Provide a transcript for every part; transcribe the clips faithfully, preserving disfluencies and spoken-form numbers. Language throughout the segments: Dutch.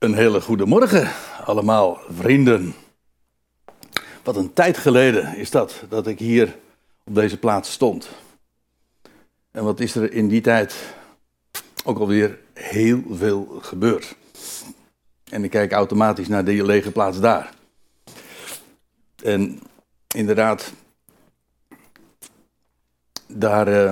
Een hele goede morgen allemaal, vrienden. Wat een tijd geleden is dat, dat ik hier op deze plaats stond. En wat is er in die tijd ook alweer heel veel gebeurd. En ik kijk automatisch naar die lege plaats daar. En inderdaad, daar, uh,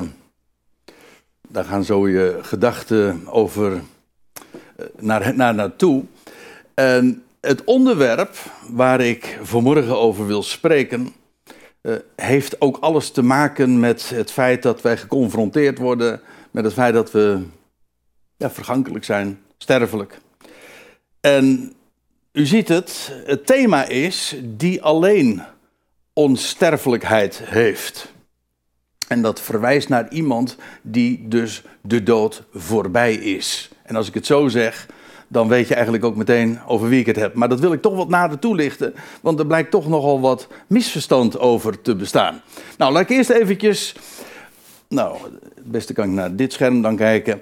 daar gaan zo je gedachten over uh, naar, naar naartoe. En het onderwerp waar ik vanmorgen over wil spreken, uh, heeft ook alles te maken met het feit dat wij geconfronteerd worden met het feit dat we ja, vergankelijk zijn, sterfelijk. En u ziet het, het thema is die alleen onsterfelijkheid heeft. En dat verwijst naar iemand die dus de dood voorbij is. En als ik het zo zeg, dan weet je eigenlijk ook meteen over wie ik het heb. Maar dat wil ik toch wat nader toelichten, want er blijkt toch nogal wat misverstand over te bestaan. Nou, laat ik eerst eventjes, nou, het beste kan ik naar dit scherm dan kijken,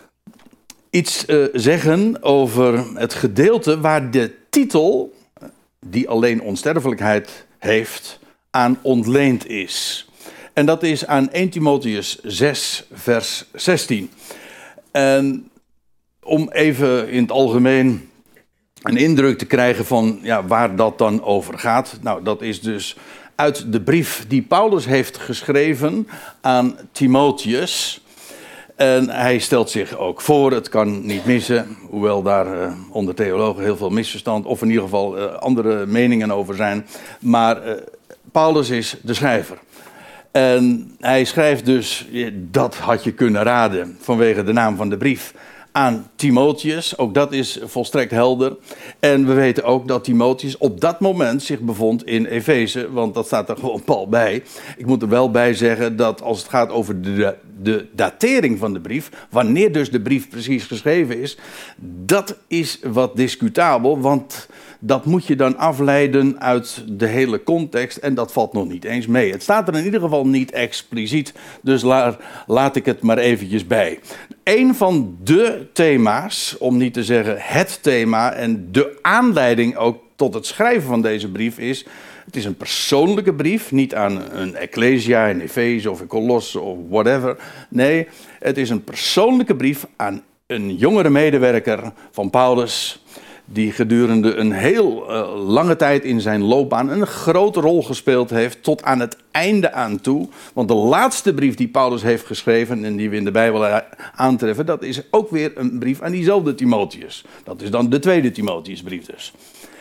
iets uh, zeggen over het gedeelte waar de titel, die alleen onsterfelijkheid heeft, aan ontleend is. En dat is aan eerste Timotheüs zes, vers zestien. En om even in het algemeen een indruk te krijgen van ja, waar dat dan over gaat. Nou, dat is dus uit de brief die Paulus heeft geschreven aan Timotheus. En hij stelt zich ook voor, het kan niet missen, hoewel daar uh, onder theologen heel veel misverstand, of in ieder geval uh, andere meningen over zijn. Maar uh, Paulus is de schrijver. En hij schrijft dus, dat had je kunnen raden vanwege de naam van de brief, aan Timotheus. Ook dat is volstrekt helder. En we weten ook dat Timotheus op dat moment zich bevond in Efeze, want dat staat er gewoon pal bij. Ik moet er wel bij zeggen dat als het gaat over de, de datering van de brief, wanneer dus de brief precies geschreven is, dat is wat discutabel, want dat moet je dan afleiden uit de hele context en dat valt nog niet eens mee. Het staat er in ieder geval niet expliciet, dus la, laat ik het maar eventjes bij. Een van de thema's, om niet te zeggen het thema en de aanleiding ook tot het schrijven van deze brief is, het is een persoonlijke brief, niet aan een Ecclesia in Efeze of in Colosse of whatever. Nee, het is een persoonlijke brief aan een jongere medewerker van Paulus, die gedurende een heel uh, lange tijd in zijn loopbaan een grote rol gespeeld heeft tot aan het einde aan toe. Want de laatste brief die Paulus heeft geschreven en die we in de Bijbel aantreffen, dat is ook weer een brief aan diezelfde Timotheus. Dat is dan de tweede Timotheusbrief dus.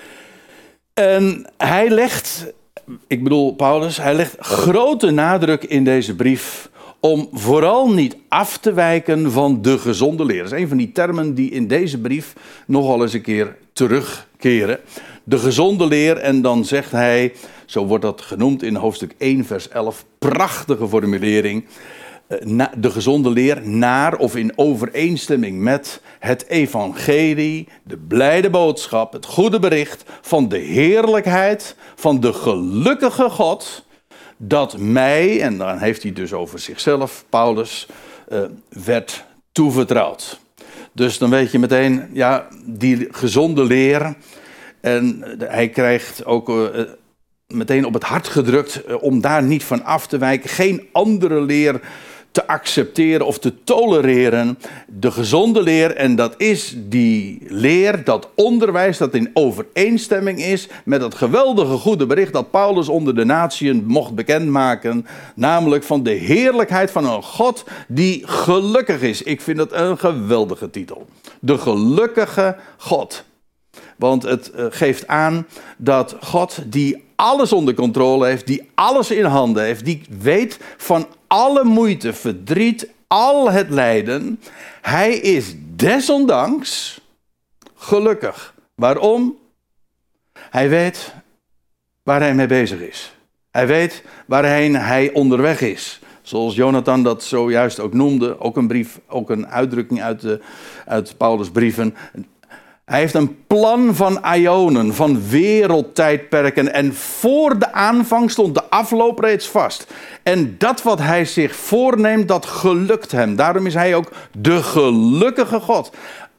En hij legt, ik bedoel Paulus, hij legt grote nadruk in deze brief om vooral niet af te wijken van de gezonde leer. Dat is een van die termen die in deze brief nogal eens een keer terugkeren. De gezonde leer, en dan zegt hij, zo wordt dat genoemd in hoofdstuk één vers elf, prachtige formulering, de gezonde leer naar of in overeenstemming met het evangelie, de blijde boodschap, het goede bericht van de heerlijkheid van de gelukkige God, dat mij, en dan heeft hij dus over zichzelf, Paulus, uh, werd toevertrouwd. Dus dan weet je meteen, ja, die gezonde leer. En uh, hij krijgt ook uh, meteen op het hart gedrukt uh, om daar niet van af te wijken. Geen andere leer te accepteren of te tolereren. De gezonde leer, en dat is die leer, dat onderwijs dat in overeenstemming is met het geweldige goede bericht dat Paulus onder de natieën mocht bekendmaken, namelijk van de heerlijkheid van een God die gelukkig is. Ik vind het een geweldige titel. De gelukkige God. Want het geeft aan dat God die alles onder controle heeft, die alles in handen heeft, die weet van alle moeite, verdriet, al het lijden. Hij is desondanks gelukkig. Waarom? Hij weet waar hij mee bezig is. Hij weet waarheen hij onderweg is. Zoals Jonathan dat zojuist ook noemde, ook een brief, ook een uitdrukking uit, de, uit Paulus' brieven. Hij heeft een plan van aionen, van wereldtijdperken. En voor de aanvang stond de afloop reeds vast. En dat wat hij zich voorneemt, dat gelukt hem. Daarom is hij ook de gelukkige God.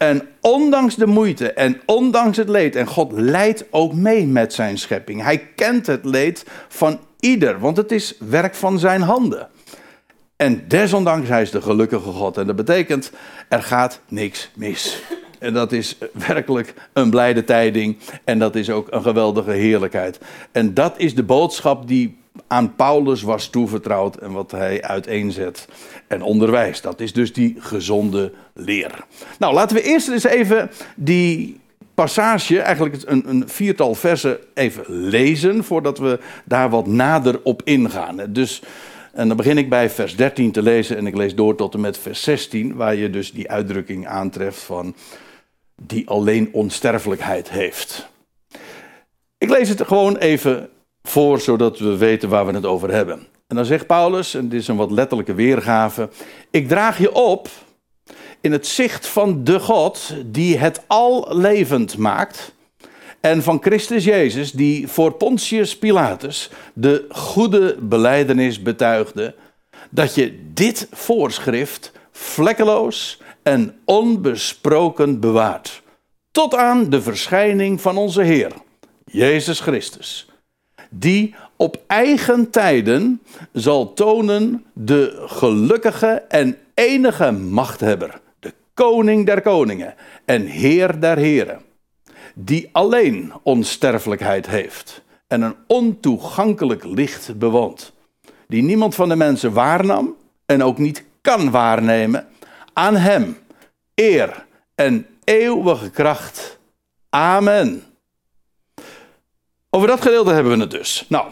En ondanks de moeite en ondanks het leed, en God lijdt ook mee met zijn schepping. Hij kent het leed van ieder, want het is werk van zijn handen. En desondanks, hij is de gelukkige God. En dat betekent, er gaat niks mis. En dat is werkelijk een blijde tijding. En dat is ook een geweldige heerlijkheid. En dat is de boodschap die aan Paulus was toevertrouwd en wat hij uiteenzet en onderwijst. Dat is dus die gezonde leer. Nou, laten we eerst eens even die passage, eigenlijk een, een viertal versen, even lezen voordat we daar wat nader op ingaan. Dus, en dan begin ik bij vers dertien te lezen en ik lees door tot en met vers zestien, waar je dus die uitdrukking aantreft van die alleen onsterfelijkheid heeft. Ik lees het gewoon even voor, zodat we weten waar we het over hebben. En dan zegt Paulus, en dit is een wat letterlijke weergave: ik draag je op in het zicht van de God die het al levend maakt, en van Christus Jezus die voor Pontius Pilatus de goede belijdenis betuigde, dat je dit voorschrift vlekkeloos en onbesproken bewaart, tot aan de verschijning van onze Heer, Jezus Christus, die op eigen tijden zal tonen de gelukkige en enige machthebber, de koning der koningen en heer der heren, die alleen onsterfelijkheid heeft en een ontoegankelijk licht bewoont, die niemand van de mensen waarnam en ook niet kan waarnemen. Aan hem eer en eeuwige kracht. Amen. Over dat gedeelte hebben we het dus. Nou,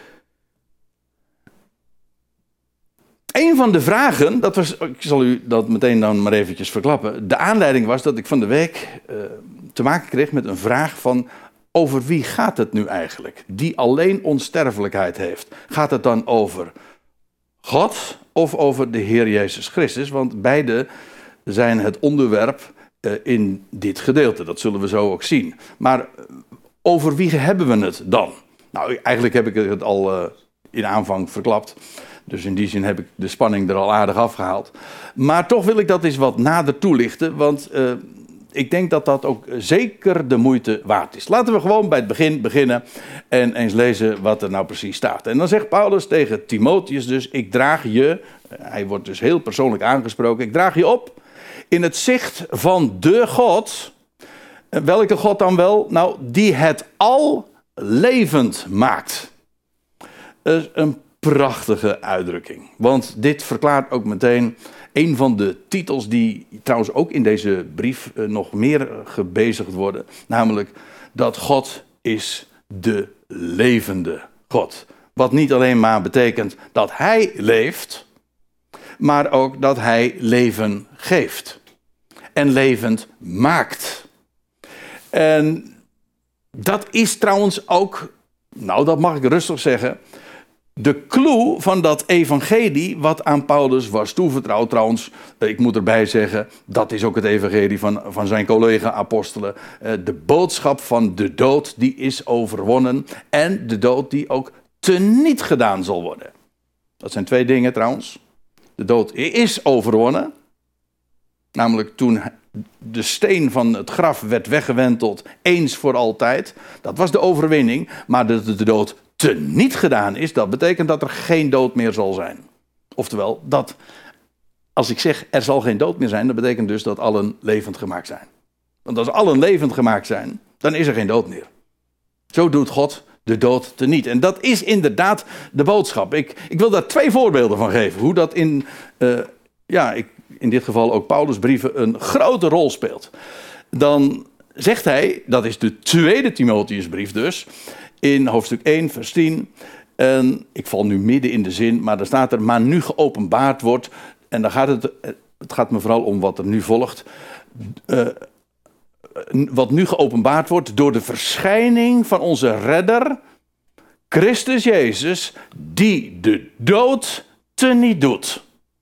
een van de vragen, dat was, ik zal u dat meteen dan maar eventjes verklappen. De aanleiding was dat ik van de week uh, te maken kreeg met een vraag van: over wie gaat het nu eigenlijk? Die alleen onsterfelijkheid heeft. Gaat het dan over God of over de Heer Jezus Christus? Want beide zijn het onderwerp uh, in dit gedeelte. Dat zullen we zo ook zien. Maar over wie hebben we het dan? Nou, eigenlijk heb ik het al uh, in aanvang verklapt. Dus in die zin heb ik de spanning er al aardig afgehaald. Maar toch wil ik dat eens wat nader toelichten. Want uh, ik denk dat dat ook zeker de moeite waard is. Laten we gewoon bij het begin beginnen en eens lezen wat er nou precies staat. En dan zegt Paulus tegen Timotheus dus: ik draag je, hij wordt dus heel persoonlijk aangesproken, ik draag je op in het zicht van de God. Welke God dan wel? Nou, die het al levend maakt. Dat is een prachtige uitdrukking. Want dit verklaart ook meteen een van de titels die trouwens ook in deze brief nog meer gebezigd worden. Namelijk dat God is de levende God. Wat niet alleen maar betekent dat hij leeft, maar ook dat hij leven geeft. En levend maakt. En dat is trouwens ook, nou dat mag ik rustig zeggen, de clue van dat evangelie wat aan Paulus was toevertrouwd. Trouwens, ik moet erbij zeggen, dat is ook het evangelie van, van zijn collega-apostelen. De boodschap van de dood die is overwonnen en de dood die ook teniet gedaan zal worden. Dat zijn twee dingen trouwens. De dood is overwonnen, namelijk toen de steen van het graf werd weggewenteld, eens voor altijd. Dat was de overwinning, maar dat de dood teniet gedaan is, dat betekent dat er geen dood meer zal zijn. Oftewel, dat als ik zeg er zal geen dood meer zijn, dat betekent dus dat allen levend gemaakt zijn. Want als allen levend gemaakt zijn, dan is er geen dood meer. Zo doet God de dood teniet. En dat is inderdaad de boodschap. Ik, ik wil daar twee voorbeelden van geven. Hoe dat in, uh, ja, ik, in dit geval ook Paulus' brieven een grote rol speelt. Dan zegt hij, dat is de tweede Timotheusbrief dus, in hoofdstuk één, vers tien. En ik val nu midden in de zin, maar daar staat er: maar nu geopenbaard wordt. En dan gaat het, het gaat me vooral om wat er nu volgt. Uh, wat nu geopenbaard wordt door de verschijning van onze redder, Christus Jezus, die de dood teniet doet.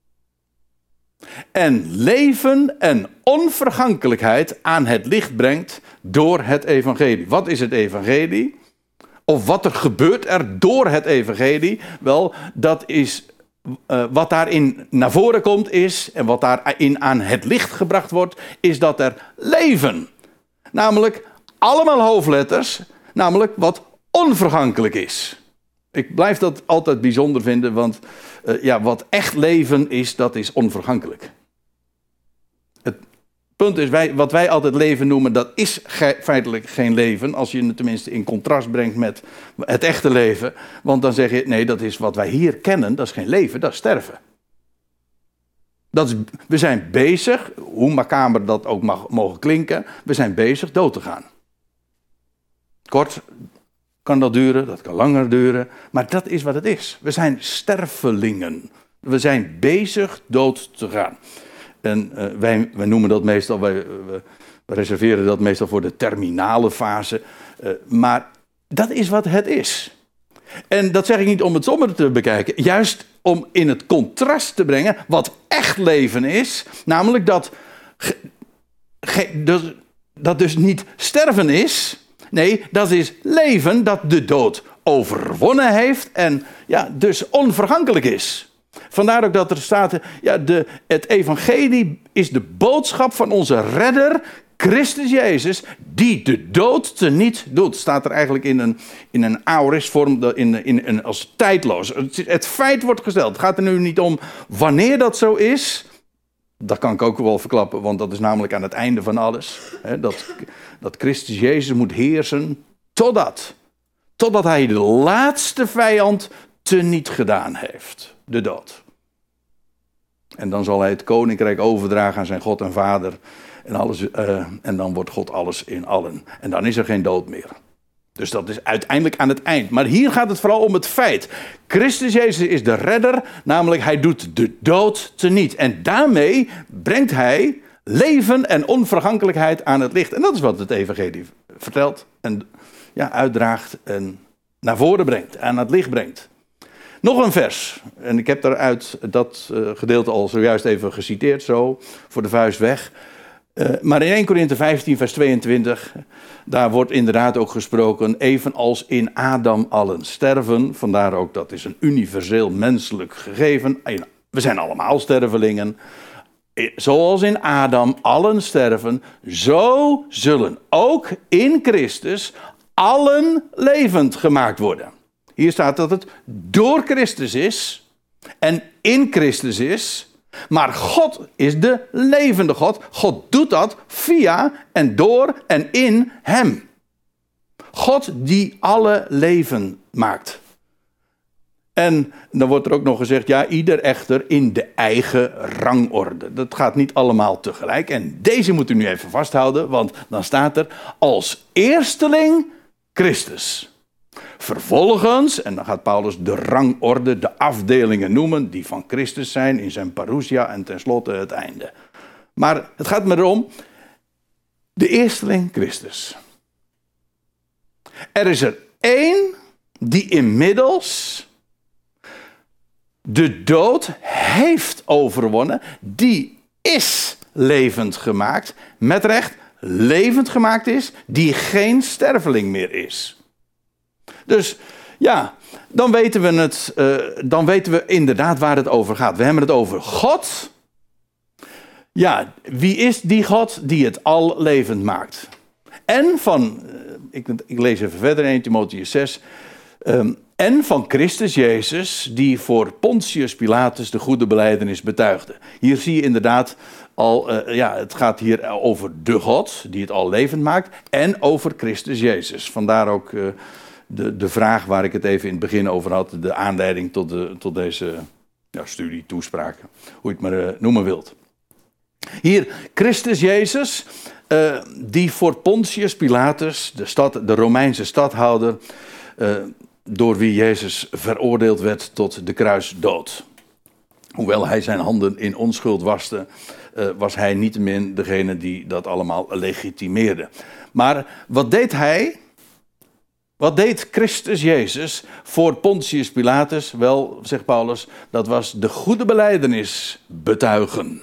En leven en onvergankelijkheid aan het licht brengt door het evangelie. Wat is het evangelie? Of wat er gebeurt er door het evangelie? Wel, dat is uh, wat daarin naar voren komt is, en wat daarin aan het licht gebracht wordt, is dat er leven, namelijk allemaal hoofdletters, namelijk wat onvergankelijk is. Ik blijf dat altijd bijzonder vinden, want uh, ja, wat echt leven is, dat is onvergankelijk. Het punt is, wij, wat wij altijd leven noemen, dat is ge- feitelijk geen leven, als je het tenminste in contrast brengt met het echte leven. Want dan zeg je, nee, dat is wat wij hier kennen, dat is geen leven, dat is sterven. Dat is, we zijn bezig, hoe macaber dat ook mag mogen klinken, we zijn bezig dood te gaan. Kort kan dat duren, dat kan langer duren, maar dat is wat het is. We zijn stervelingen. We zijn bezig dood te gaan. En uh, wij, wij noemen dat meestal, wij, we, we reserveren dat meestal voor de terminale fase. Uh, maar dat is wat het is. En dat zeg ik niet om het somber te bekijken, juist om in het contrast te brengen wat echt leven is. Namelijk dat, ge, ge, dus, dat dus niet sterven is. Nee, dat is leven dat de dood overwonnen heeft en ja, dus onvergankelijk is. Vandaar ook dat er staat, ja, de, het evangelie is de boodschap van onze redder, Christus Jezus, die de dood teniet doet. Staat er eigenlijk in een, in een aoristvorm, in, in, in, als tijdloos. Het, het feit wordt gesteld. Het gaat er nu niet om wanneer dat zo is. Dat kan ik ook wel verklappen, want dat is namelijk aan het einde van alles. Hè, dat, dat Christus Jezus moet heersen totdat. Totdat hij de laatste vijand teniet gedaan heeft. De dood. En dan zal hij het koninkrijk overdragen aan zijn God en Vader. En, alles, uh, en dan wordt God alles in allen. En dan is er geen dood meer. Dus dat is uiteindelijk aan het eind. Maar hier gaat het vooral om het feit. Christus Jezus is de redder. Namelijk hij doet de dood teniet. En daarmee brengt hij leven en onvergankelijkheid aan het licht. En dat is wat het evangelie vertelt. En ja, uitdraagt en naar voren brengt. Aan het licht brengt. Nog een vers. En ik heb daaruit dat uh, gedeelte al zojuist even geciteerd. Zo, voor de vuist weg. Uh, maar in Eerste Korinthe vijftien vers tweeëntwintig, daar wordt inderdaad ook gesproken, evenals in Adam allen sterven, vandaar ook dat is een universeel menselijk gegeven, we zijn allemaal stervelingen, zoals in Adam allen sterven, zo zullen ook in Christus allen levend gemaakt worden. Hier staat dat het door Christus is en in Christus is. Maar God is de levende God. God doet dat via en door en in hem. God die alle leven maakt. En dan wordt er ook nog gezegd, ja, ieder echter in de eigen rangorde. Dat gaat niet allemaal tegelijk. En deze moet u nu even vasthouden, want dan staat er als eersteling Christus. Vervolgens, en dan gaat Paulus de rangorde, de afdelingen noemen, die van Christus zijn in zijn parousia en tenslotte het einde. Maar het gaat me erom, de eersteling Christus. Er is er één die inmiddels de dood heeft overwonnen, die is levend gemaakt, met recht levend gemaakt is, die geen sterveling meer is. Dus ja, dan weten we het, uh, dan weten we inderdaad waar het over gaat. We hebben het over God. Ja, wie is die God die het al levend maakt? En van, uh, ik, ik lees even verder in Eerste Timotheüs zes. Um, en van Christus Jezus, die voor Pontius Pilatus de goede belijdenis betuigde. Hier zie je inderdaad al, uh, ja, het gaat hier over de God die het al levend maakt. En over Christus Jezus. Vandaar ook Uh, De, de vraag waar ik het even in het begin over had, de aanleiding tot, de, tot deze ja, studie, toespraak, hoe je het maar uh, noemen wilt. Hier, Christus Jezus, uh, die voor Pontius Pilatus, de, stad, de Romeinse stadhouder, uh, door wie Jezus veroordeeld werd tot de kruisdood. Hoewel hij zijn handen in onschuld waste, uh, was hij niettemin degene die dat allemaal legitimeerde. Maar wat deed hij? Wat deed Christus Jezus voor Pontius Pilatus? Wel, zegt Paulus, dat was de goede belijdenis betuigen.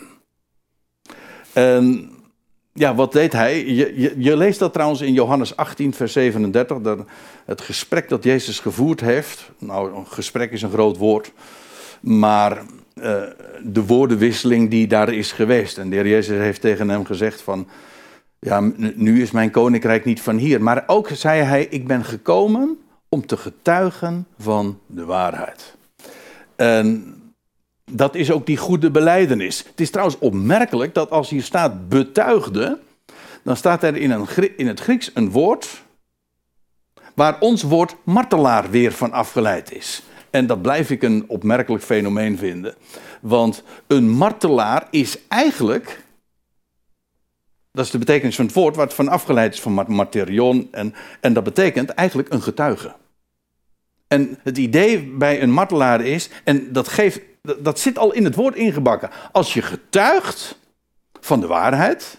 En ja, wat deed hij? Je, je, je leest dat trouwens in Johannes achttien, vers zevenendertig. Dat het gesprek dat Jezus gevoerd heeft. Nou, een gesprek is een groot woord. maar uh, de woordenwisseling die daar is geweest. En de Heer Jezus heeft tegen hem gezegd van, ja, nu is mijn koninkrijk niet van hier. Maar ook zei hij, ik ben gekomen om te getuigen van de waarheid. En dat is ook die goede belijdenis. Het is trouwens opmerkelijk dat als hier staat betuigde, dan staat er in, een, in het Grieks een woord waar ons woord martelaar weer van afgeleid is. En dat blijf ik een opmerkelijk fenomeen vinden. Want een martelaar is eigenlijk, dat is de betekenis van het woord waar het van afgeleid is van martyrion. En, en dat betekent eigenlijk een getuige. En het idee bij een martelaar is, en dat, geeft, dat, dat zit al in het woord ingebakken. Als je getuigt van de waarheid,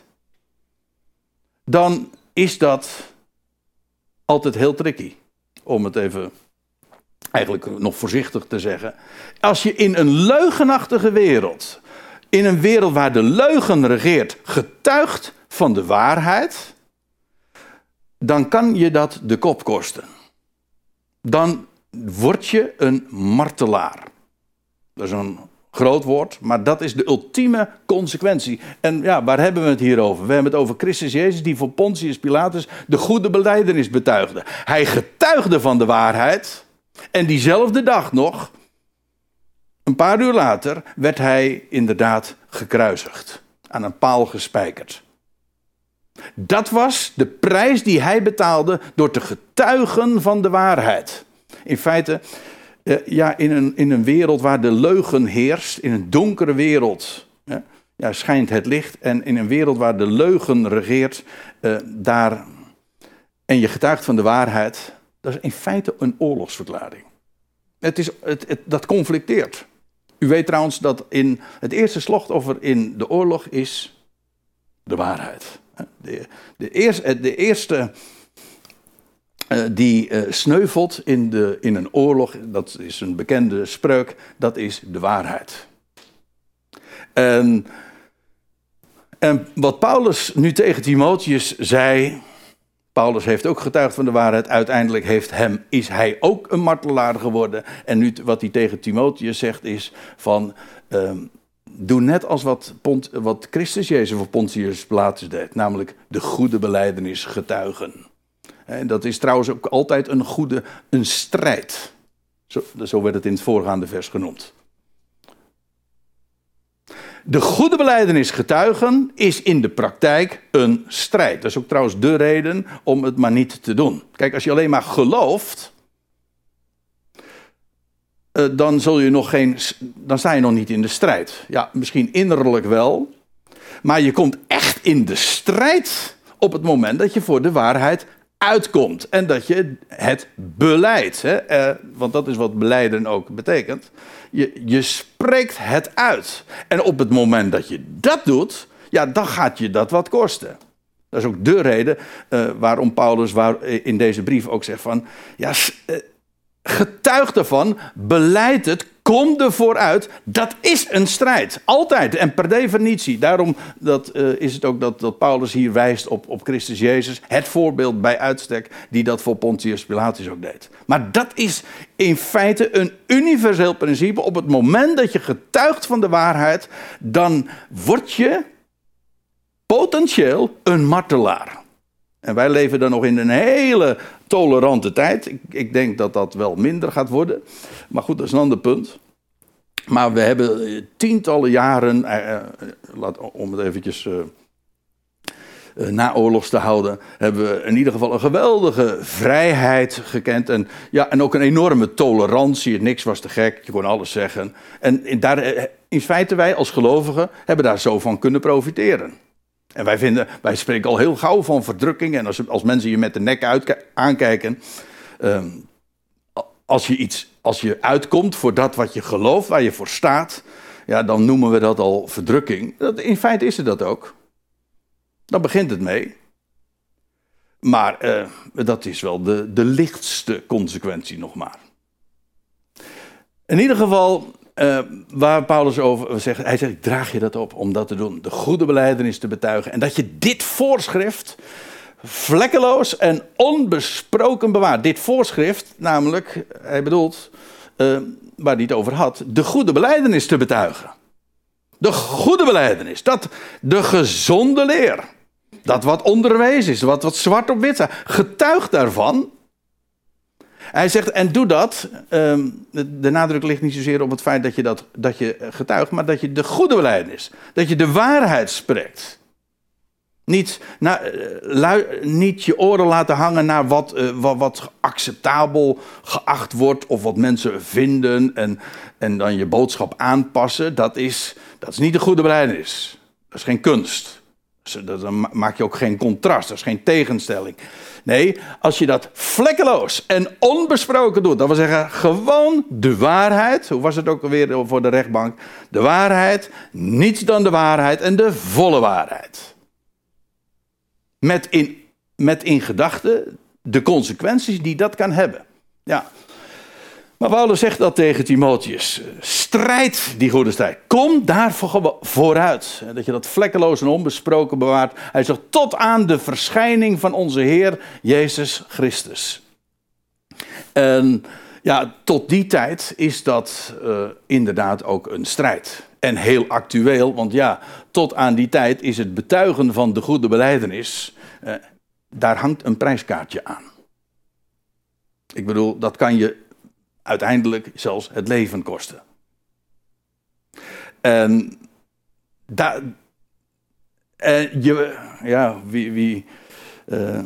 dan is dat altijd heel tricky. Om het even eigenlijk nog voorzichtig te zeggen. Als je in een leugenachtige wereld, in een wereld waar de leugen regeert, getuigt van de waarheid, dan kan je dat de kop kosten. Dan word je een martelaar. Dat is een groot woord, maar dat is de ultieme consequentie. En ja, waar hebben we het hier over? We hebben het over Christus Jezus die voor Pontius Pilatus de goede belijdenis betuigde. Hij getuigde van de waarheid en diezelfde dag nog, een paar uur later, werd hij inderdaad gekruisigd. Aan een paal gespijkerd. Dat was de prijs die hij betaalde door te getuigen van de waarheid. In feite, uh, ja, in een, in een wereld waar de leugen heerst, in een donkere wereld, ja, ja, schijnt het licht. En in een wereld waar de leugen regeert, uh, daar, en je getuigt van de waarheid, dat is in feite een oorlogsverklaring. Het is, het, het, dat conflicteert. U weet trouwens dat in het eerste slachtoffer in de oorlog is de waarheid. De, de, eerste, de eerste uh, die uh, sneuvelt in, de, in een oorlog, dat is een bekende spreuk, dat is de waarheid. En, en wat Paulus nu tegen Timotheus zei, Paulus heeft ook getuigd van de waarheid, uiteindelijk heeft hem, is hij ook een martelaar geworden. En nu wat hij tegen Timotheus zegt is van, um, doe net als wat, Pont, wat Christus Jezus voor Pontius Pilatus deed, namelijk de goede belijdenis getuigen. En dat is trouwens ook altijd een goede, een strijd. Zo, zo werd het in het voorgaande vers genoemd. De goede belijdenis getuigen is in de praktijk een strijd. Dat is ook trouwens de reden om het maar niet te doen. Kijk, als je alleen maar gelooft, uh, dan zul je nog geen, dan sta je nog niet in de strijd. Ja, misschien innerlijk wel, maar je komt echt in de strijd op het moment dat je voor de waarheid uitkomt en dat je het belijdt. Hè? Uh, want dat is wat belijden ook betekent. Je, je spreekt het uit. En op het moment dat je dat doet, ja, dan gaat je dat wat kosten. Dat is ook de reden uh, waarom Paulus waar, in deze brief ook zegt van, ja, uh, getuig ervan, belijd het, kom ervoor uit. Dat is een strijd. Altijd en per definitie. Daarom dat, uh, is het ook dat, dat Paulus hier wijst op, op Christus Jezus. Het voorbeeld bij uitstek die dat voor Pontius Pilatus ook deed. Maar dat is in feite een universeel principe. Op het moment dat je getuigt van de waarheid, dan word je potentieel een martelaar. En wij leven dan nog in een hele tolerante tijd. Ik, ik denk dat dat wel minder gaat worden. Maar goed, dat is een ander punt. Maar we hebben tientallen jaren, eh, laat, om het eventjes eh, eh, naoorlogs te houden, hebben we in ieder geval een geweldige vrijheid gekend. En, ja, en ook een enorme tolerantie. Niks was te gek, je kon alles zeggen. En in, daar, in feite wij als gelovigen hebben daar zo van kunnen profiteren. En wij vinden, wij spreken al heel gauw van verdrukking. En als, als mensen je met de nek uit, aankijken. Um, als je iets, als je uitkomt voor dat wat je gelooft, waar je voor staat. Ja, dan noemen we dat al verdrukking. Dat, in feite is het dat ook. Daar begint het mee. Maar uh, dat is wel de, de lichtste consequentie nog maar. In ieder geval, Uh, waar Paulus over zegt, hij zegt, draag je dat op om dat te doen. De goede belijdenis te betuigen. En dat je dit voorschrift vlekkeloos en onbesproken bewaart. Dit voorschrift, namelijk, hij bedoelt, uh, waar hij het over had, de goede belijdenis te betuigen. De goede belijdenis, dat de gezonde leer. Dat wat onderwezen is, wat, wat zwart op wit staat. Getuig daarvan. Hij zegt, en doe dat. Um, de, de nadruk ligt niet zozeer op het feit dat je, dat, dat je getuigt, maar dat je de goede belijdenis, dat je de waarheid spreekt. Niet, na, lui, niet je oren laten hangen naar wat, uh, wat, wat acceptabel geacht wordt of wat mensen vinden en, en dan je boodschap aanpassen. Dat is, dat is niet de goede belijdenis. Dat is geen kunst. Dan maak je ook geen contrast, dat is geen tegenstelling. Nee, als je dat vlekkeloos en onbesproken doet, dat wil zeggen gewoon de waarheid, hoe was het ook alweer voor de rechtbank? De waarheid, niets dan de waarheid en de volle waarheid. Met in, met in gedachten de consequenties die dat kan hebben. Ja. Maar Paulus zegt dat tegen Timotheus. Strijd die goede strijd. Kom daarvoor vooruit. Dat je dat vlekkeloos en onbesproken bewaart. Hij zegt tot aan de verschijning van onze Heer Jezus Christus. En ja, tot die tijd is dat uh, inderdaad ook een strijd. En heel actueel, want ja, tot aan die tijd is het betuigen van de goede belijdenis. Uh, daar hangt een prijskaartje aan. Ik bedoel, dat kan je uiteindelijk zelfs het leven kosten. En daar. En je, ja, wie, wie, uh,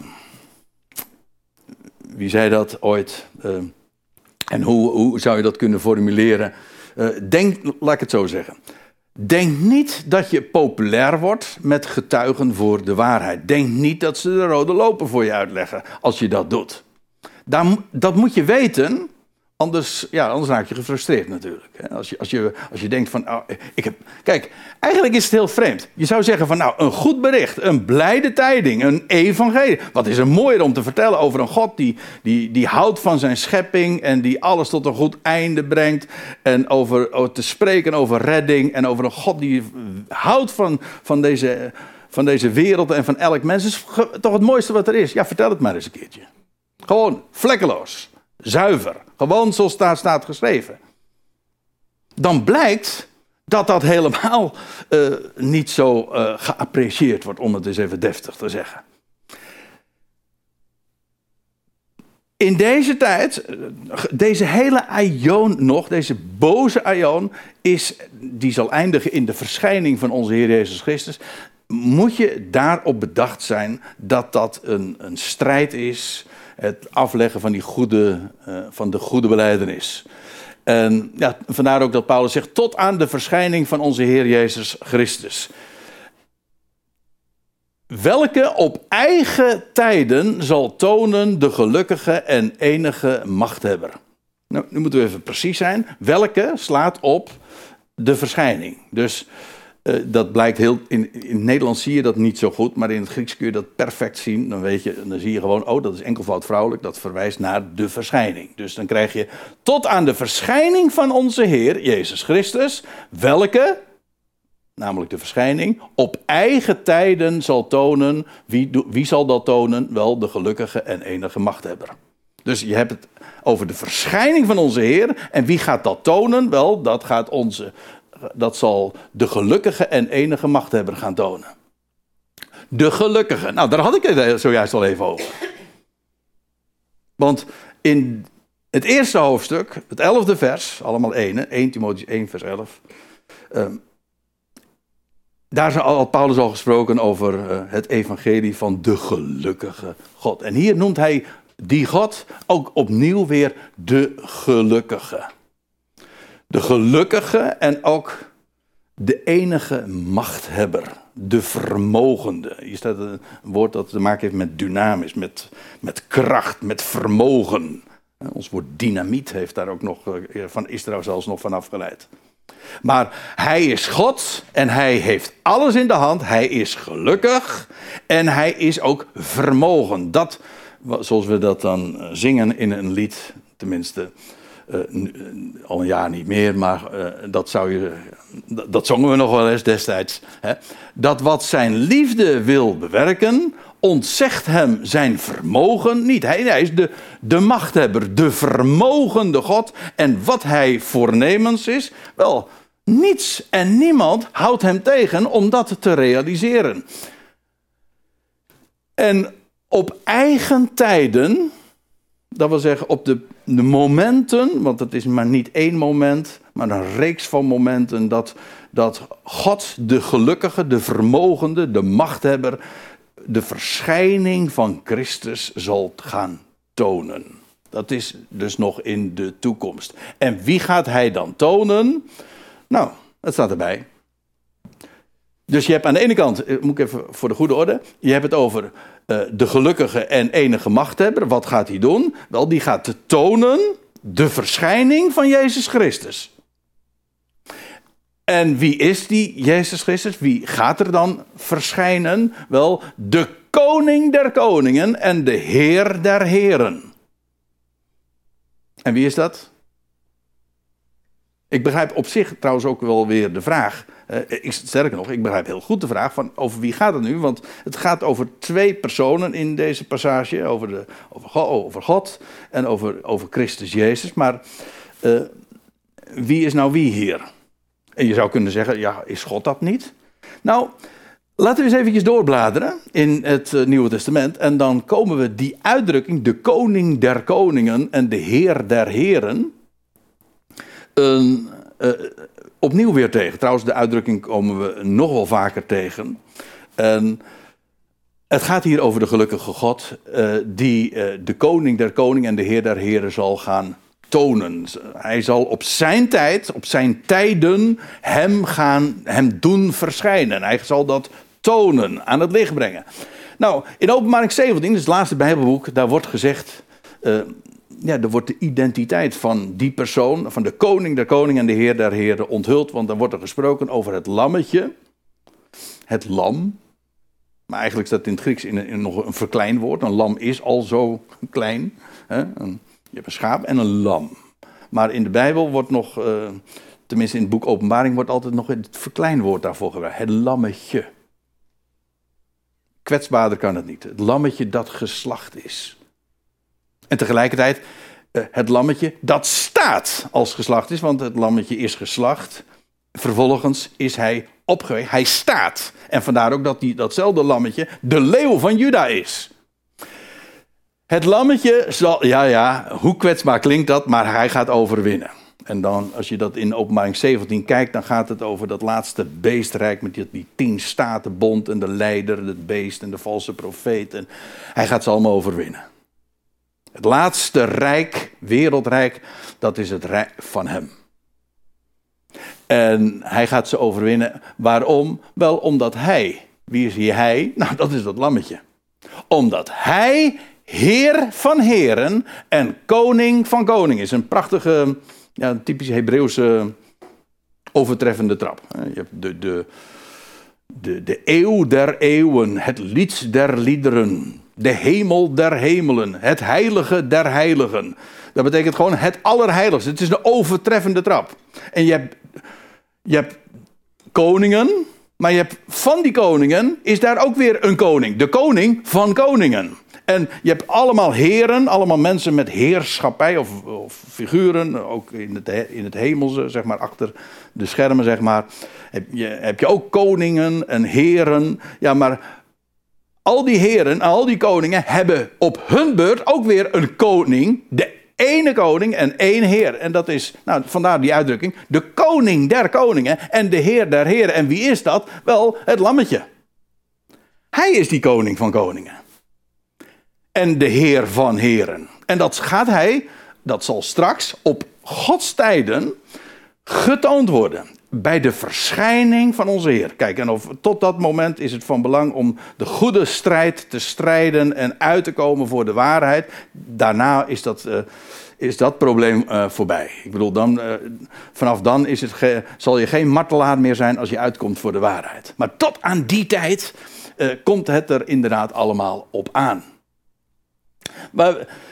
wie zei dat ooit? Uh, en hoe, hoe zou je dat kunnen formuleren? Uh, denk, laat ik het zo zeggen. Denk niet dat je populair wordt met getuigen voor de waarheid. Denk niet dat ze de rode loper voor je uitleggen als je dat doet. Daar, dat moet je weten. Anders, ja, anders raak je gefrustreerd natuurlijk. Als je, als je, als je denkt van, oh, ik heb... Kijk, eigenlijk is het heel vreemd. Je zou zeggen van, nou, een goed bericht, een blijde tijding, een evangelie. Wat is er mooier om te vertellen over een God die, die, die houdt van zijn schepping en die alles tot een goed einde brengt. En over, over te spreken over redding en over een God die houdt van, van, deze, van deze wereld en van elk mens. Dat is toch het mooiste wat er is. Ja, vertel het maar eens een keertje. Gewoon vlekkeloos. Zuiver. Gewoon zoals daar staat geschreven. Dan blijkt dat dat helemaal uh, niet zo uh, geapprecieerd wordt, om het eens even deftig te zeggen. In deze tijd, deze hele aion nog, deze boze aion, is, die zal eindigen in de verschijning van onze Heer Jezus Christus. Moet je daarop bedacht zijn dat dat een, een strijd is. Het afleggen van, die goede, uh, van de goede belijdenis. En ja, vandaar ook dat Paulus zegt, tot aan de verschijning van onze Heer Jezus Christus. Welke op eigen tijden zal tonen de gelukkige en enige machthebber. Nou, nu moeten we even precies zijn. Welke slaat op de verschijning. Dus uh, dat blijkt heel... In, in het Nederlands zie je dat niet zo goed, maar in het Grieks kun je dat perfect zien. Dan weet je, dan zie je gewoon, oh, dat is enkelvoud vrouwelijk. Dat verwijst naar de verschijning. Dus dan krijg je tot aan de verschijning van onze Heer Jezus Christus. Welke, namelijk de verschijning, op eigen tijden zal tonen. Wie, wie zal dat tonen? Wel, de gelukkige en enige machthebber. Dus je hebt het over de verschijning van onze Heer. En wie gaat dat tonen? Wel, dat gaat onze... Dat zal de gelukkige en enige machthebber gaan tonen. De gelukkige. Nou, daar had ik het zojuist al even over. Want in het eerste hoofdstuk, het elfde vers, allemaal één, één Timotheüs één vers elf. Um, daar had Paulus al gesproken over uh, het evangelie van de gelukkige God. En hier noemt hij die God ook opnieuw weer de gelukkige. De gelukkige en ook de enige machthebber. De vermogende. Hier staat een woord dat te maken heeft met dynamis, met, met kracht, met vermogen. Ons woord dynamiet heeft daar ook nog, van is er zelfs nog van afgeleid. Maar hij is God en hij heeft alles in de hand. Hij is gelukkig en hij is ook vermogen. Dat, zoals we dat dan zingen in een lied, tenminste... Uh, nu, al een jaar niet meer, maar uh, dat zou je, dat, dat zongen we nog wel eens destijds. Hè? Dat wat zijn liefde wil bewerken, ontzegt hem zijn vermogen niet. Hij, hij is de, de machthebber, de vermogende God. En wat hij voornemens is, wel, niets en niemand houdt hem tegen om dat te realiseren. En op eigen tijden, dat wil zeggen op de, de momenten, want het is maar niet één moment, maar een reeks van momenten dat, dat God, de gelukkige, de vermogende, de machthebber, de verschijning van Christus zal gaan tonen. Dat is dus nog in de toekomst. En wie gaat hij dan tonen? Nou, dat staat erbij. Dus je hebt aan de ene kant, moet ik even voor de goede orde, je hebt het over uh, de gelukkige en enige machthebber. Wat gaat hij doen? Wel, die gaat tonen de verschijning van Jezus Christus. En wie is die Jezus Christus? Wie gaat er dan verschijnen? Wel, de koning der koningen en de heer der heren. En wie is dat? Ik begrijp op zich trouwens ook wel weer de vraag. Uh, ik, sterker nog, ik begrijp heel goed de vraag van over wie gaat het nu? Want het gaat over twee personen in deze passage. Over, de, over, God, over God en over, over Christus Jezus. Maar uh, wie is nou wie hier? En je zou kunnen zeggen, ja, is God dat niet? Nou, laten we eens eventjes doorbladeren in het uh, Nieuwe Testament. En dan komen we die uitdrukking, de koning der koningen en de heer der heren, uh, uh, opnieuw weer tegen. Trouwens, de uitdrukking komen we nog wel vaker tegen. En het gaat hier over de gelukkige God, uh, die uh, de koning der koningen en de heer der heren zal gaan tonen. Hij zal op zijn tijd, op zijn tijden, hem gaan, hem doen verschijnen. Hij zal dat tonen, aan het licht brengen. Nou, in Openbaring zeventien, dus het laatste Bijbelboek, daar wordt gezegd, uh, ja, er wordt de identiteit van die persoon, van de koning der koningen en de heer der heren onthuld, want dan wordt er gesproken over het lammetje, het lam. Maar eigenlijk staat het in het Grieks in, in nog een verkleinwoord. Een lam is al zo klein. Hè? Een, je hebt een schaap en een lam. Maar in de Bijbel wordt nog, uh, tenminste in het boek Openbaring, wordt altijd nog het verkleinwoord daarvoor gebruikt. Het lammetje. Kwetsbaarder kan het niet. Het lammetje dat geslacht is. En tegelijkertijd uh, het lammetje dat staat als geslacht is. Want het lammetje is geslacht. Vervolgens is hij opgewekt. Hij staat. En vandaar ook dat die, datzelfde lammetje de leeuw van Juda is. Het lammetje zal, ja ja, hoe kwetsbaar klinkt dat, maar hij gaat overwinnen. En dan, als je dat in Openbaring zeventien kijkt, dan gaat het over dat laatste beestrijk met die, die tien statenbond en de leider, het beest en de valse profeet. En hij gaat ze allemaal overwinnen. Het laatste rijk, wereldrijk, dat is het rijk van hem. En hij gaat ze overwinnen. Waarom? Wel omdat hij, wie is hier hij? Nou, dat is dat lammetje. Omdat hij Heer van heren en koning van koningen is. Een prachtige, ja, een typische Hebreeuwse overtreffende trap. Je hebt de, de, de, de eeuw der eeuwen, het lied der liederen, de hemel der hemelen, het heilige der heiligen. Dat betekent gewoon het allerheiligste. Het is een overtreffende trap. En je hebt, je hebt koningen, maar je hebt van die koningen is daar ook weer een koning. De koning van koningen. En je hebt allemaal heren, allemaal mensen met heerschappij of, of figuren, ook in het, in het hemelse, zeg maar, achter de schermen, zeg maar. Heb je, heb je ook koningen en heren. Ja, maar al die heren en al die koningen hebben op hun beurt ook weer een koning, de ene koning en één heer. En dat is, nou, vandaar die uitdrukking, de koning der koningen en de heer der heren. En wie is dat? Wel, het lammetje. Hij is die koning van koningen. En de Heer van heren. En dat gaat hij, dat zal straks op Gods tijden getoond worden. Bij de verschijning van onze Heer. Kijk, en of, tot dat moment is het van belang om de goede strijd te strijden en uit te komen voor de waarheid. Daarna is dat, uh, is dat probleem uh, voorbij. Ik bedoel, dan, uh, vanaf dan is het ge- zal je geen martelaar meer zijn als je uitkomt voor de waarheid. Maar tot aan die tijd uh, komt het er inderdaad allemaal op aan. Maar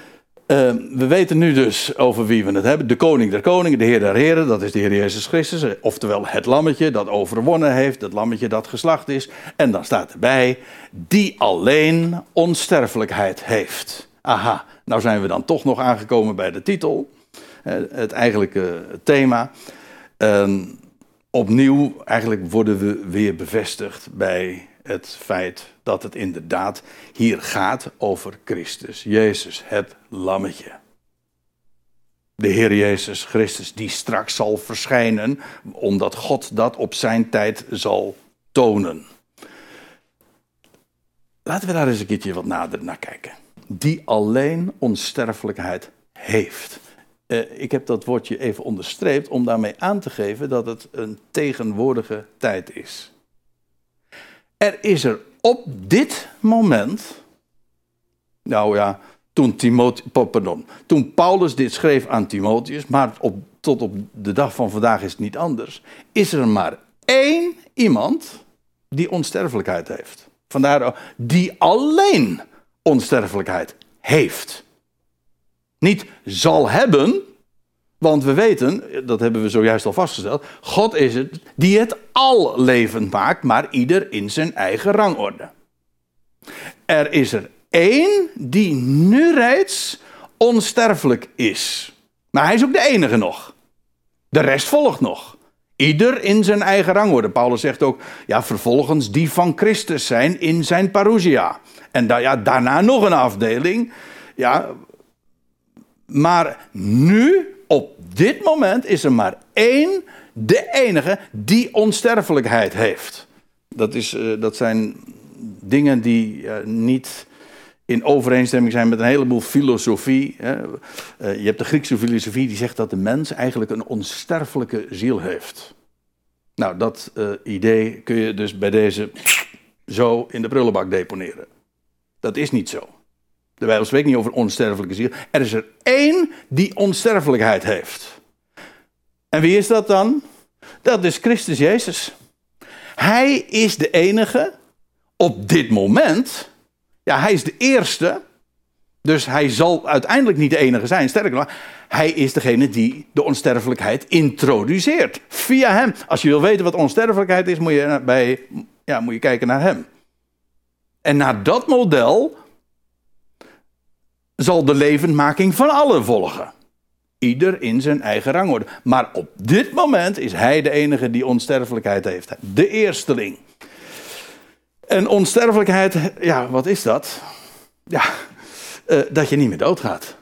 Uh, we weten nu dus over wie we het hebben. De koning der koningen, de heer der heren, dat is de Heer Jezus Christus. Oftewel het lammetje dat overwonnen heeft, het lammetje dat geslacht is. En dan staat erbij, die alleen onsterfelijkheid heeft. Aha, nou zijn we dan toch nog aangekomen bij de titel. Het eigenlijke thema. Uh, opnieuw, eigenlijk worden we weer bevestigd bij het feit dat het inderdaad hier gaat over Christus Jezus, het lammetje. De Heer Jezus Christus die straks zal verschijnen, omdat God dat op zijn tijd zal tonen. Laten we daar eens een keertje wat nader naar kijken. Die alleen onsterfelijkheid heeft. Uh, ik heb dat woordje even onderstreept om daarmee aan te geven dat het een tegenwoordige tijd is. Er is er op dit moment, nou ja, toen, Timotheus, pardon, toen Paulus dit schreef aan Timotheus, maar op, tot op de dag van vandaag is het niet anders, is er maar één iemand die onsterfelijkheid heeft. Vandaar die alleen onsterfelijkheid heeft. Niet zal hebben, want we weten, dat hebben we zojuist al vastgesteld, God is het die het al levend maakt, maar ieder in zijn eigen rangorde. Er is er één die nu reeds onsterfelijk is. Maar hij is ook de enige nog. De rest volgt nog. Ieder in zijn eigen rangorde. Paulus zegt ook, ja, vervolgens die van Christus zijn in zijn parousia. En da- ja, daarna nog een afdeling. Ja, maar nu, op dit moment, is er maar één, de enige, die onsterfelijkheid heeft. Dat, is, uh, dat zijn dingen die uh, niet in overeenstemming zijn met een heleboel filosofie. Hè. Uh, je hebt de Griekse filosofie die zegt dat de mens eigenlijk een onsterfelijke ziel heeft. Nou, dat uh, idee kun je dus bij deze zo in de prullenbak deponeren. Dat is niet zo. De Bijbel spreekt niet over onsterfelijke ziel. Er is er één die onsterfelijkheid heeft. En wie is dat dan? Dat is Christus Jezus. Hij is de enige op dit moment. Ja, hij is de eerste. Dus hij zal uiteindelijk niet de enige zijn. Sterker nog, hij is degene die de onsterfelijkheid introduceert. Via hem. Als je wil weten wat onsterfelijkheid is, moet je, bij, ja, moet je kijken naar hem. En naar dat model zal de levendmaking van allen volgen. Ieder in zijn eigen rangorde. Maar op dit moment is hij de enige die onsterfelijkheid heeft. De eersteling. En onsterfelijkheid, ja, wat is dat? Ja, uh, dat je niet meer doodgaat.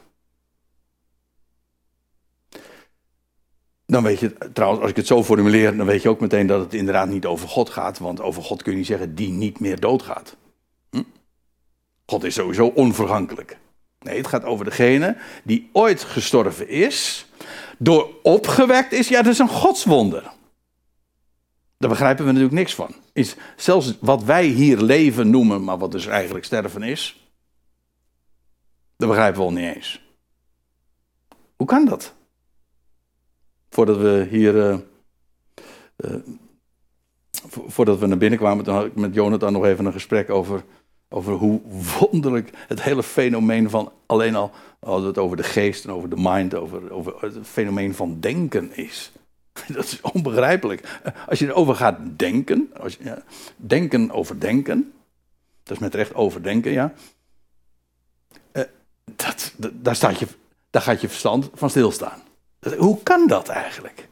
Dan weet je, trouwens, als ik het zo formuleer, dan weet je ook meteen dat het inderdaad niet over God gaat. Want over God kun je niet zeggen die niet meer doodgaat. Hm? God is sowieso onvergankelijk. Nee, het gaat over degene die ooit gestorven is, door opgewekt is. Ja, dat is een godswonder. Daar begrijpen we natuurlijk niks van. Is zelfs wat wij hier leven noemen, maar wat dus eigenlijk sterven is, dat begrijpen we al niet eens. Hoe kan dat? Voordat we hier, uh, uh, voordat we naar binnen kwamen, toen had ik met Jonathan nog even een gesprek over, over hoe wonderlijk het hele fenomeen van, alleen al, we hadden het over de geest en over de mind, over, over het fenomeen van denken is. Dat is onbegrijpelijk. Als je erover gaat denken, als je, ja, denken over denken, dat is met recht overdenken, ja. Uh, dat, dat, daar, staat je, daar gaat je verstand van stilstaan. Dat, hoe kan dat eigenlijk?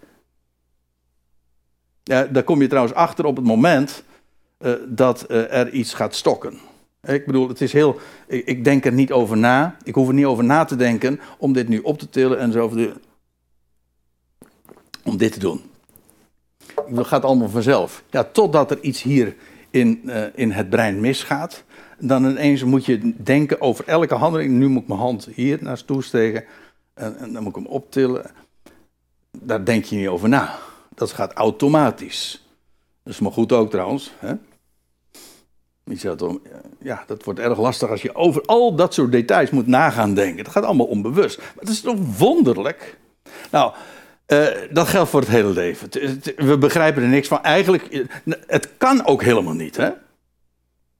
Ja, daar kom je trouwens achter op het moment uh, dat uh, er iets gaat stokken. Ik bedoel, het is heel. Ik, ik denk er niet over na. Ik hoef er niet over na te denken om dit nu op te tillen en zo. De, om dit te doen. Dat gaat allemaal vanzelf. Ja, totdat er iets hier in, uh, in het brein misgaat. Dan ineens moet je denken over elke handeling. Nu moet ik mijn hand hier naartoe steken. En, en dan moet ik hem optillen. Daar denk je niet over na. Dat gaat automatisch. Dat is maar goed ook trouwens. Hè? Ja, dat wordt erg lastig als je over al dat soort details moet nagaan denken. Dat gaat allemaal onbewust. Maar het is toch wonderlijk. Nou, uh, dat geldt voor het hele leven. We begrijpen er niks van. Eigenlijk, het kan ook helemaal niet, hè?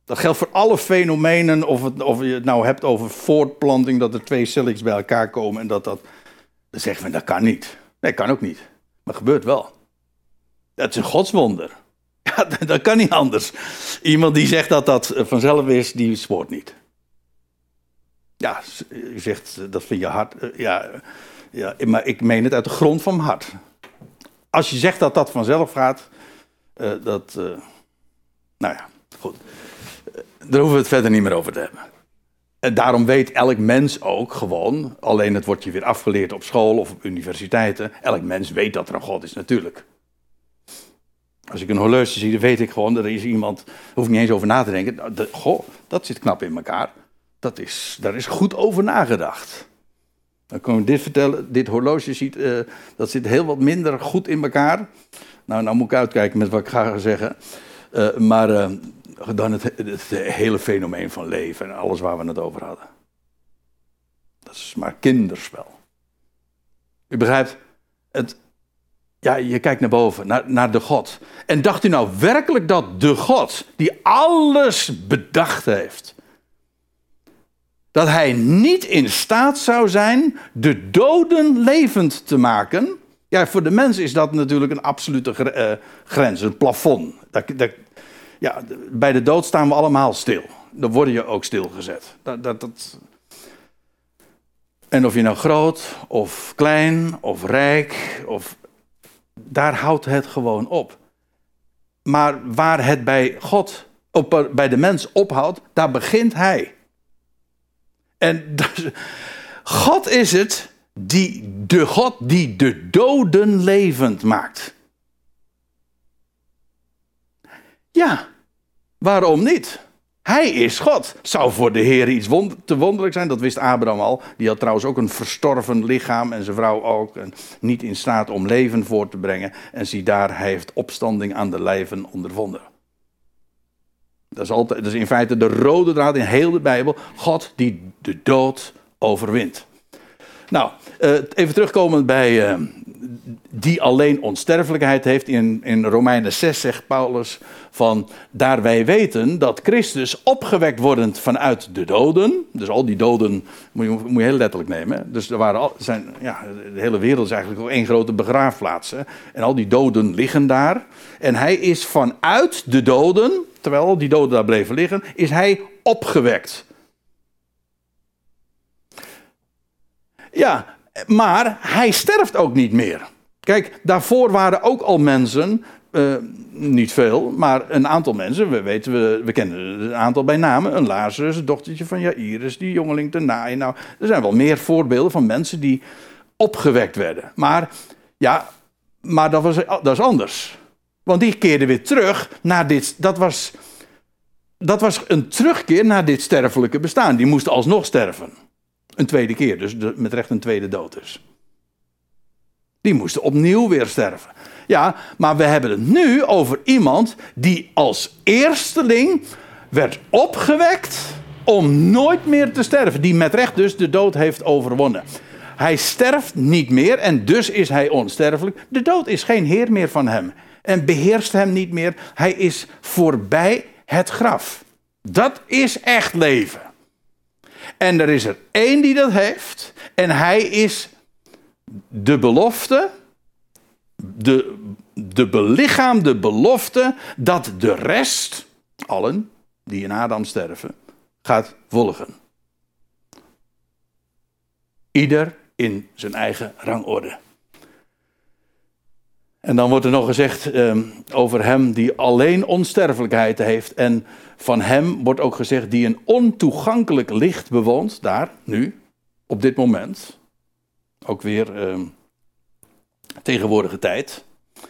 Dat geldt voor alle fenomenen, of, het, of je het nou hebt over voortplanting, dat er twee celletjes bij elkaar komen en dat dat... Dan zegt men, dat kan niet. Nee, kan ook niet. Maar het gebeurt wel. Dat is een godswonder. Ja, dat, dat kan niet anders. Iemand die zegt dat dat vanzelf is, die spoort niet. Ja, je zegt, dat vind je hard. Ja, ja, maar ik meen het uit de grond van mijn hart. Als je zegt dat dat vanzelf gaat, uh, dat... Uh, nou ja, goed. Uh, daar hoeven we het verder niet meer over te hebben. En daarom weet elk mens ook gewoon, alleen het wordt je weer afgeleerd op school of op universiteiten. Elk mens weet dat er een God is, natuurlijk. Als ik een horloge zie, dan weet ik gewoon, er is iemand, daar hoef ik niet eens over na te denken. De, goh, dat zit knap in elkaar. Dat is, daar is goed over nagedacht. Dan kan ik dit vertellen, dit horloge ziet, uh, dat zit heel wat minder goed in elkaar. Nou, nou moet ik uitkijken met wat ik ga zeggen. Uh, maar uh, dan het, het hele fenomeen van leven en alles waar we het over hadden. Dat is maar kinderspel. U begrijpt, het, ja, je kijkt naar boven, naar, naar de God. En dacht u nou werkelijk dat de God, die alles bedacht heeft, dat hij niet in staat zou zijn de doden levend te maken? Ja, voor de mens is dat natuurlijk een absolute uh, grens, een plafond. Dat, dat, ja, bij de dood staan we allemaal stil. Dan word je ook stilgezet. Dat, dat, dat. En of je nou groot, of klein, of rijk, of... daar houdt het gewoon op. Maar waar het bij God, op, bij de mens ophoudt, daar begint hij. En dus, God is het, die, de God die de doden levend maakt. Ja, waarom niet? Hij is God. Zou voor de Heer iets wonder, te wonderlijk zijn, dat wist Abraham al. Die had trouwens ook een verstorven lichaam en zijn vrouw ook. En niet in staat om leven voor te brengen. En zie daar, hij heeft opstanding aan de lijven ondervonden. Dat is, altijd, dat is in feite de rode draad in heel de Bijbel. God die de dood overwint. Nou, even terugkomend bij uh, die alleen onsterfelijkheid heeft. In, in Romeinen zes zegt Paulus van, daar wij weten dat Christus opgewekt wordend vanuit de doden. Dus al die doden moet je, moet je heel letterlijk nemen. Dus er waren al, zijn, ja, de hele wereld is eigenlijk ook één grote begraafplaats. Hè? En al die doden liggen daar. En hij is vanuit de doden, terwijl die doden daar bleven liggen, is hij opgewekt. Ja, maar hij sterft ook niet meer. Kijk, daarvoor waren ook al mensen, uh, niet veel, maar een aantal mensen. We weten, we, we kennen een aantal bij namen. Een Lazarus, het dochtertje van Jairus, die jongeling te naaien. Nou, er zijn wel meer voorbeelden van mensen die opgewekt werden. Maar ja, maar dat, was, dat is anders. Want die keerden weer terug naar dit. Dat was, dat was een terugkeer naar dit sterfelijke bestaan. Die moesten alsnog sterven. Een tweede keer, dus de, met recht een tweede dood dus. Die moesten opnieuw weer sterven. Ja, maar we hebben het nu over iemand die als eersteling werd opgewekt om nooit meer te sterven. Die met recht dus de dood heeft overwonnen. Hij sterft niet meer en dus is hij onsterfelijk. De dood is geen heer meer van hem en beheerst hem niet meer. Hij is voorbij het graf. Dat is echt leven. En er is er één die dat heeft. En hij is de belofte. De, de belichaamde belofte. Dat de rest. Allen die in Adam sterven. Gaat volgen. Ieder in zijn eigen rangorde. En dan wordt er nog gezegd um, over hem die alleen onsterfelijkheid heeft. En van hem wordt ook gezegd die een ontoegankelijk licht bewoont. Daar, nu, op dit moment. Ook weer um, tegenwoordige tijd.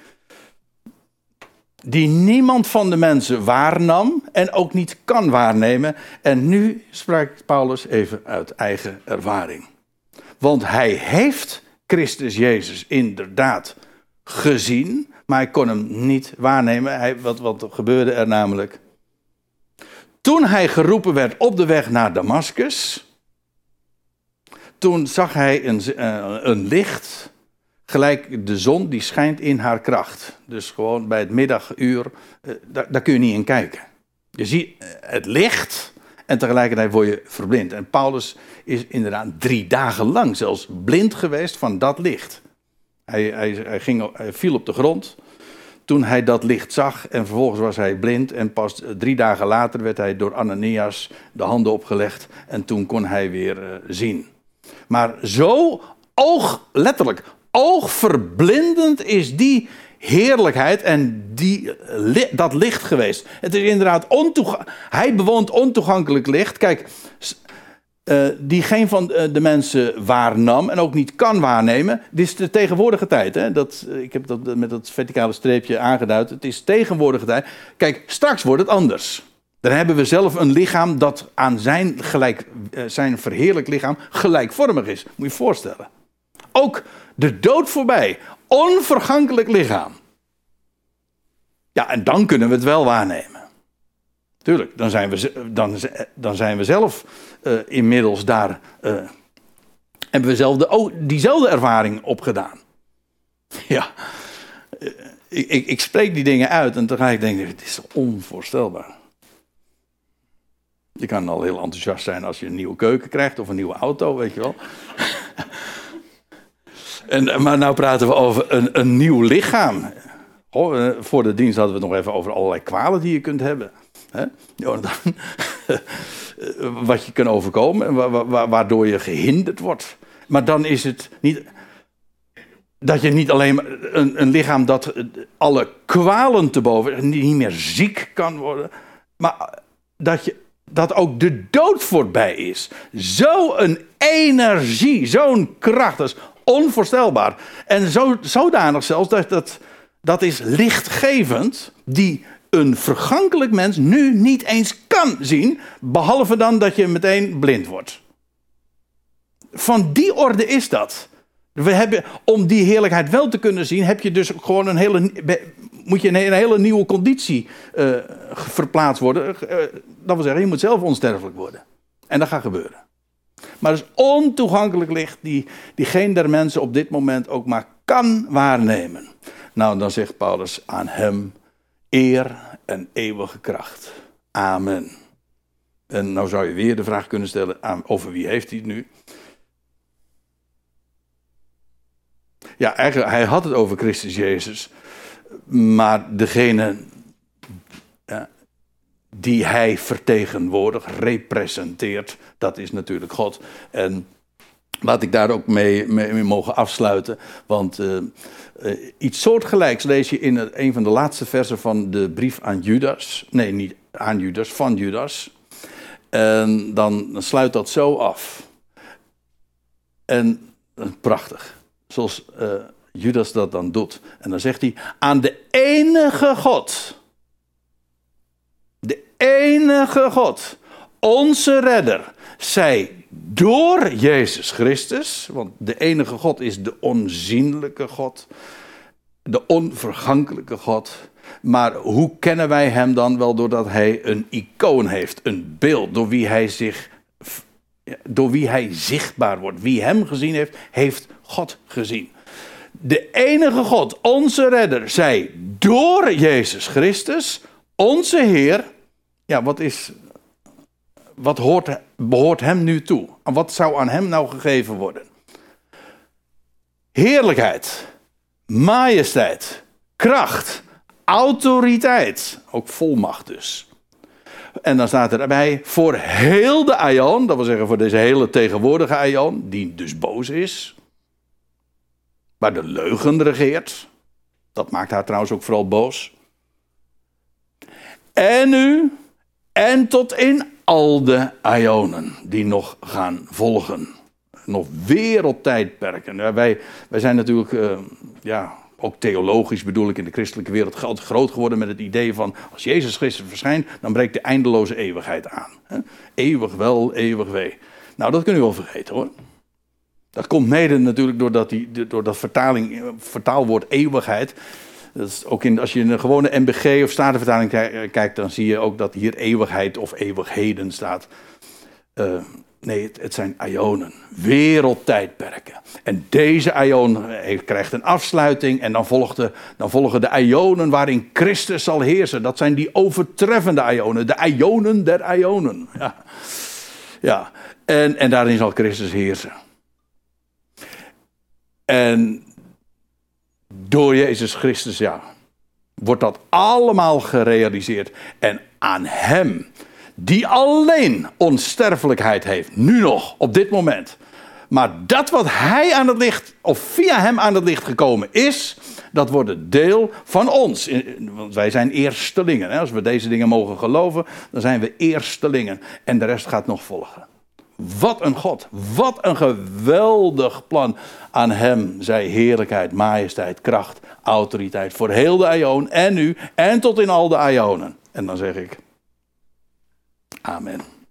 Die niemand van de mensen waarnam en ook niet kan waarnemen. En nu spreekt Paulus even uit eigen ervaring. Want hij heeft Christus Jezus inderdaad gezien, maar hij kon hem niet waarnemen. Hij, wat, wat gebeurde er namelijk? Toen hij geroepen werd op de weg naar Damaskus, toen zag hij een, uh, een licht, gelijk de zon die schijnt in haar kracht. Dus gewoon bij het middaguur, uh, daar, daar kun je niet in kijken. Je ziet het licht en tegelijkertijd word je verblind. En Paulus is inderdaad drie dagen lang zelfs blind geweest van dat licht. Hij, hij, hij, ging, hij viel op de grond toen hij dat licht zag en vervolgens was hij blind. En pas drie dagen later werd hij door Ananias de handen opgelegd en toen kon hij weer uh, zien. Maar zo oog, letterlijk oogverblindend is die heerlijkheid en die, dat licht geweest. Het is inderdaad ontoegankelijk. Hij bewoont ontoegankelijk licht. Kijk, uh, die geen van de mensen waarnam en ook niet kan waarnemen. Dit is de tegenwoordige tijd. Hè? Dat, ik heb dat met dat verticale streepje aangeduid. Het is tegenwoordige tijd. Kijk, straks wordt het anders. Dan hebben we zelf een lichaam dat aan zijn, gelijk, zijn verheerlijk lichaam gelijkvormig is. Moet je je voorstellen. Ook de dood voorbij. Onvergankelijk lichaam. Ja, en dan kunnen we het wel waarnemen. Tuurlijk, dan zijn we, dan, dan zijn we zelf uh, inmiddels daar. Uh, hebben we zelf de, oh, diezelfde ervaring opgedaan. Ja, uh, ik, ik, ik spreek die dingen uit en tegelijk denk ik, het is onvoorstelbaar. Je kan al heel enthousiast zijn als je een nieuwe keuken krijgt of een nieuwe auto, weet je wel. En, maar nou praten we over een, een nieuw lichaam. Oh, voor de dienst hadden we het nog even over allerlei kwalen die je kunt hebben. Hè? Wat je kan overkomen, wa- wa- waardoor je gehinderd wordt. Maar dan is het niet dat je niet alleen een, een lichaam dat alle kwalen te boven, niet meer ziek kan worden, maar dat je dat ook de dood voorbij is. Zo'n energie, zo'n kracht, dat is onvoorstelbaar. En zo, zodanig zelfs, dat, dat, dat is lichtgevend, die een vergankelijk mens nu niet eens kan zien, behalve dan dat je meteen blind wordt. Van die orde is dat. We hebben, om die heerlijkheid wel te kunnen zien, heb je dus gewoon een hele, moet je in een hele nieuwe conditie uh, verplaatst worden. Uh, dat wil zeggen, je moet zelf onsterfelijk worden. En dat gaat gebeuren. Maar het is ontoegankelijk licht die, die geen der mensen op dit moment ook maar kan waarnemen. Nou, dan zegt Paulus aan hem eer en eeuwige kracht. Amen. En nou zou je weer de vraag kunnen stellen, over wie heeft hij het nu? Ja, eigenlijk, hij had het over Christus Jezus. Maar degene ja, die hij vertegenwoordigt, representeert, dat is natuurlijk God. En laat ik daar ook mee, mee, mee mogen afsluiten. Want uh, uh, iets soortgelijks lees je in een van de laatste versen van de brief aan Judas. Nee, niet aan Judas, van Judas. En dan sluit dat zo af. En uh, prachtig. Zoals uh, Judas dat dan doet. En dan zegt hij, aan de enige God. De enige God. Onze redder. Zij door Jezus Christus. Want de enige God is de onzienlijke God. De onvergankelijke God. Maar hoe kennen wij hem dan? Wel doordat hij een icoon heeft. Een beeld door wie hij zich... Door wie hij zichtbaar wordt. Wie hem gezien heeft, heeft God gezien. De enige God, onze redder, zij door Jezus Christus, onze Heer. Ja, wat is, wat hoort, behoort hem nu toe? En wat zou aan hem nou gegeven worden? Heerlijkheid, majesteit, kracht, autoriteit, ook volmacht dus. En dan staat erbij, voor heel de aion, dat wil zeggen voor deze hele tegenwoordige aion, die dus boos is, waar de leugen regeert, dat maakt haar trouwens ook vooral boos. En nu, en tot in al de aionen die nog gaan volgen. Nog wereldtijdperken. Wij, wij zijn natuurlijk, uh, ja... Ook theologisch bedoel ik in de christelijke wereld groot geworden met het idee van als Jezus Christus verschijnt, dan breekt de eindeloze eeuwigheid aan. Eeuwig wel, eeuwig wee. Nou, dat kun je wel vergeten hoor. Dat komt mede natuurlijk doordat die, door dat vertaling, vertaalwoord eeuwigheid. Dat is ook in, als je in een gewone M B G of Statenvertaling kijkt, dan zie je ook dat hier eeuwigheid of eeuwigheden staat. Uh, Nee, het, het zijn aionen, wereldtijdperken. En deze aion krijgt een afsluiting en dan, volgt de, dan volgen de aionen waarin Christus zal heersen. Dat zijn die overtreffende aionen, de aionen der aionen. Ja, ja. En, en daarin zal Christus heersen. En door Jezus Christus, ja, wordt dat allemaal gerealiseerd. En aan hem, die alleen onsterfelijkheid heeft, nu nog, op dit moment. Maar dat wat hij aan het licht, of via hem aan het licht gekomen is, dat wordt het deel van ons. Want wij zijn eerstelingen. Als we deze dingen mogen geloven, dan zijn we eerstelingen. En de rest gaat nog volgen. Wat een God, wat een geweldig plan. Aan hem zij heerlijkheid, majesteit, kracht, autoriteit voor heel de aion en nu en tot in al de aionen. En dan zeg ik, amen.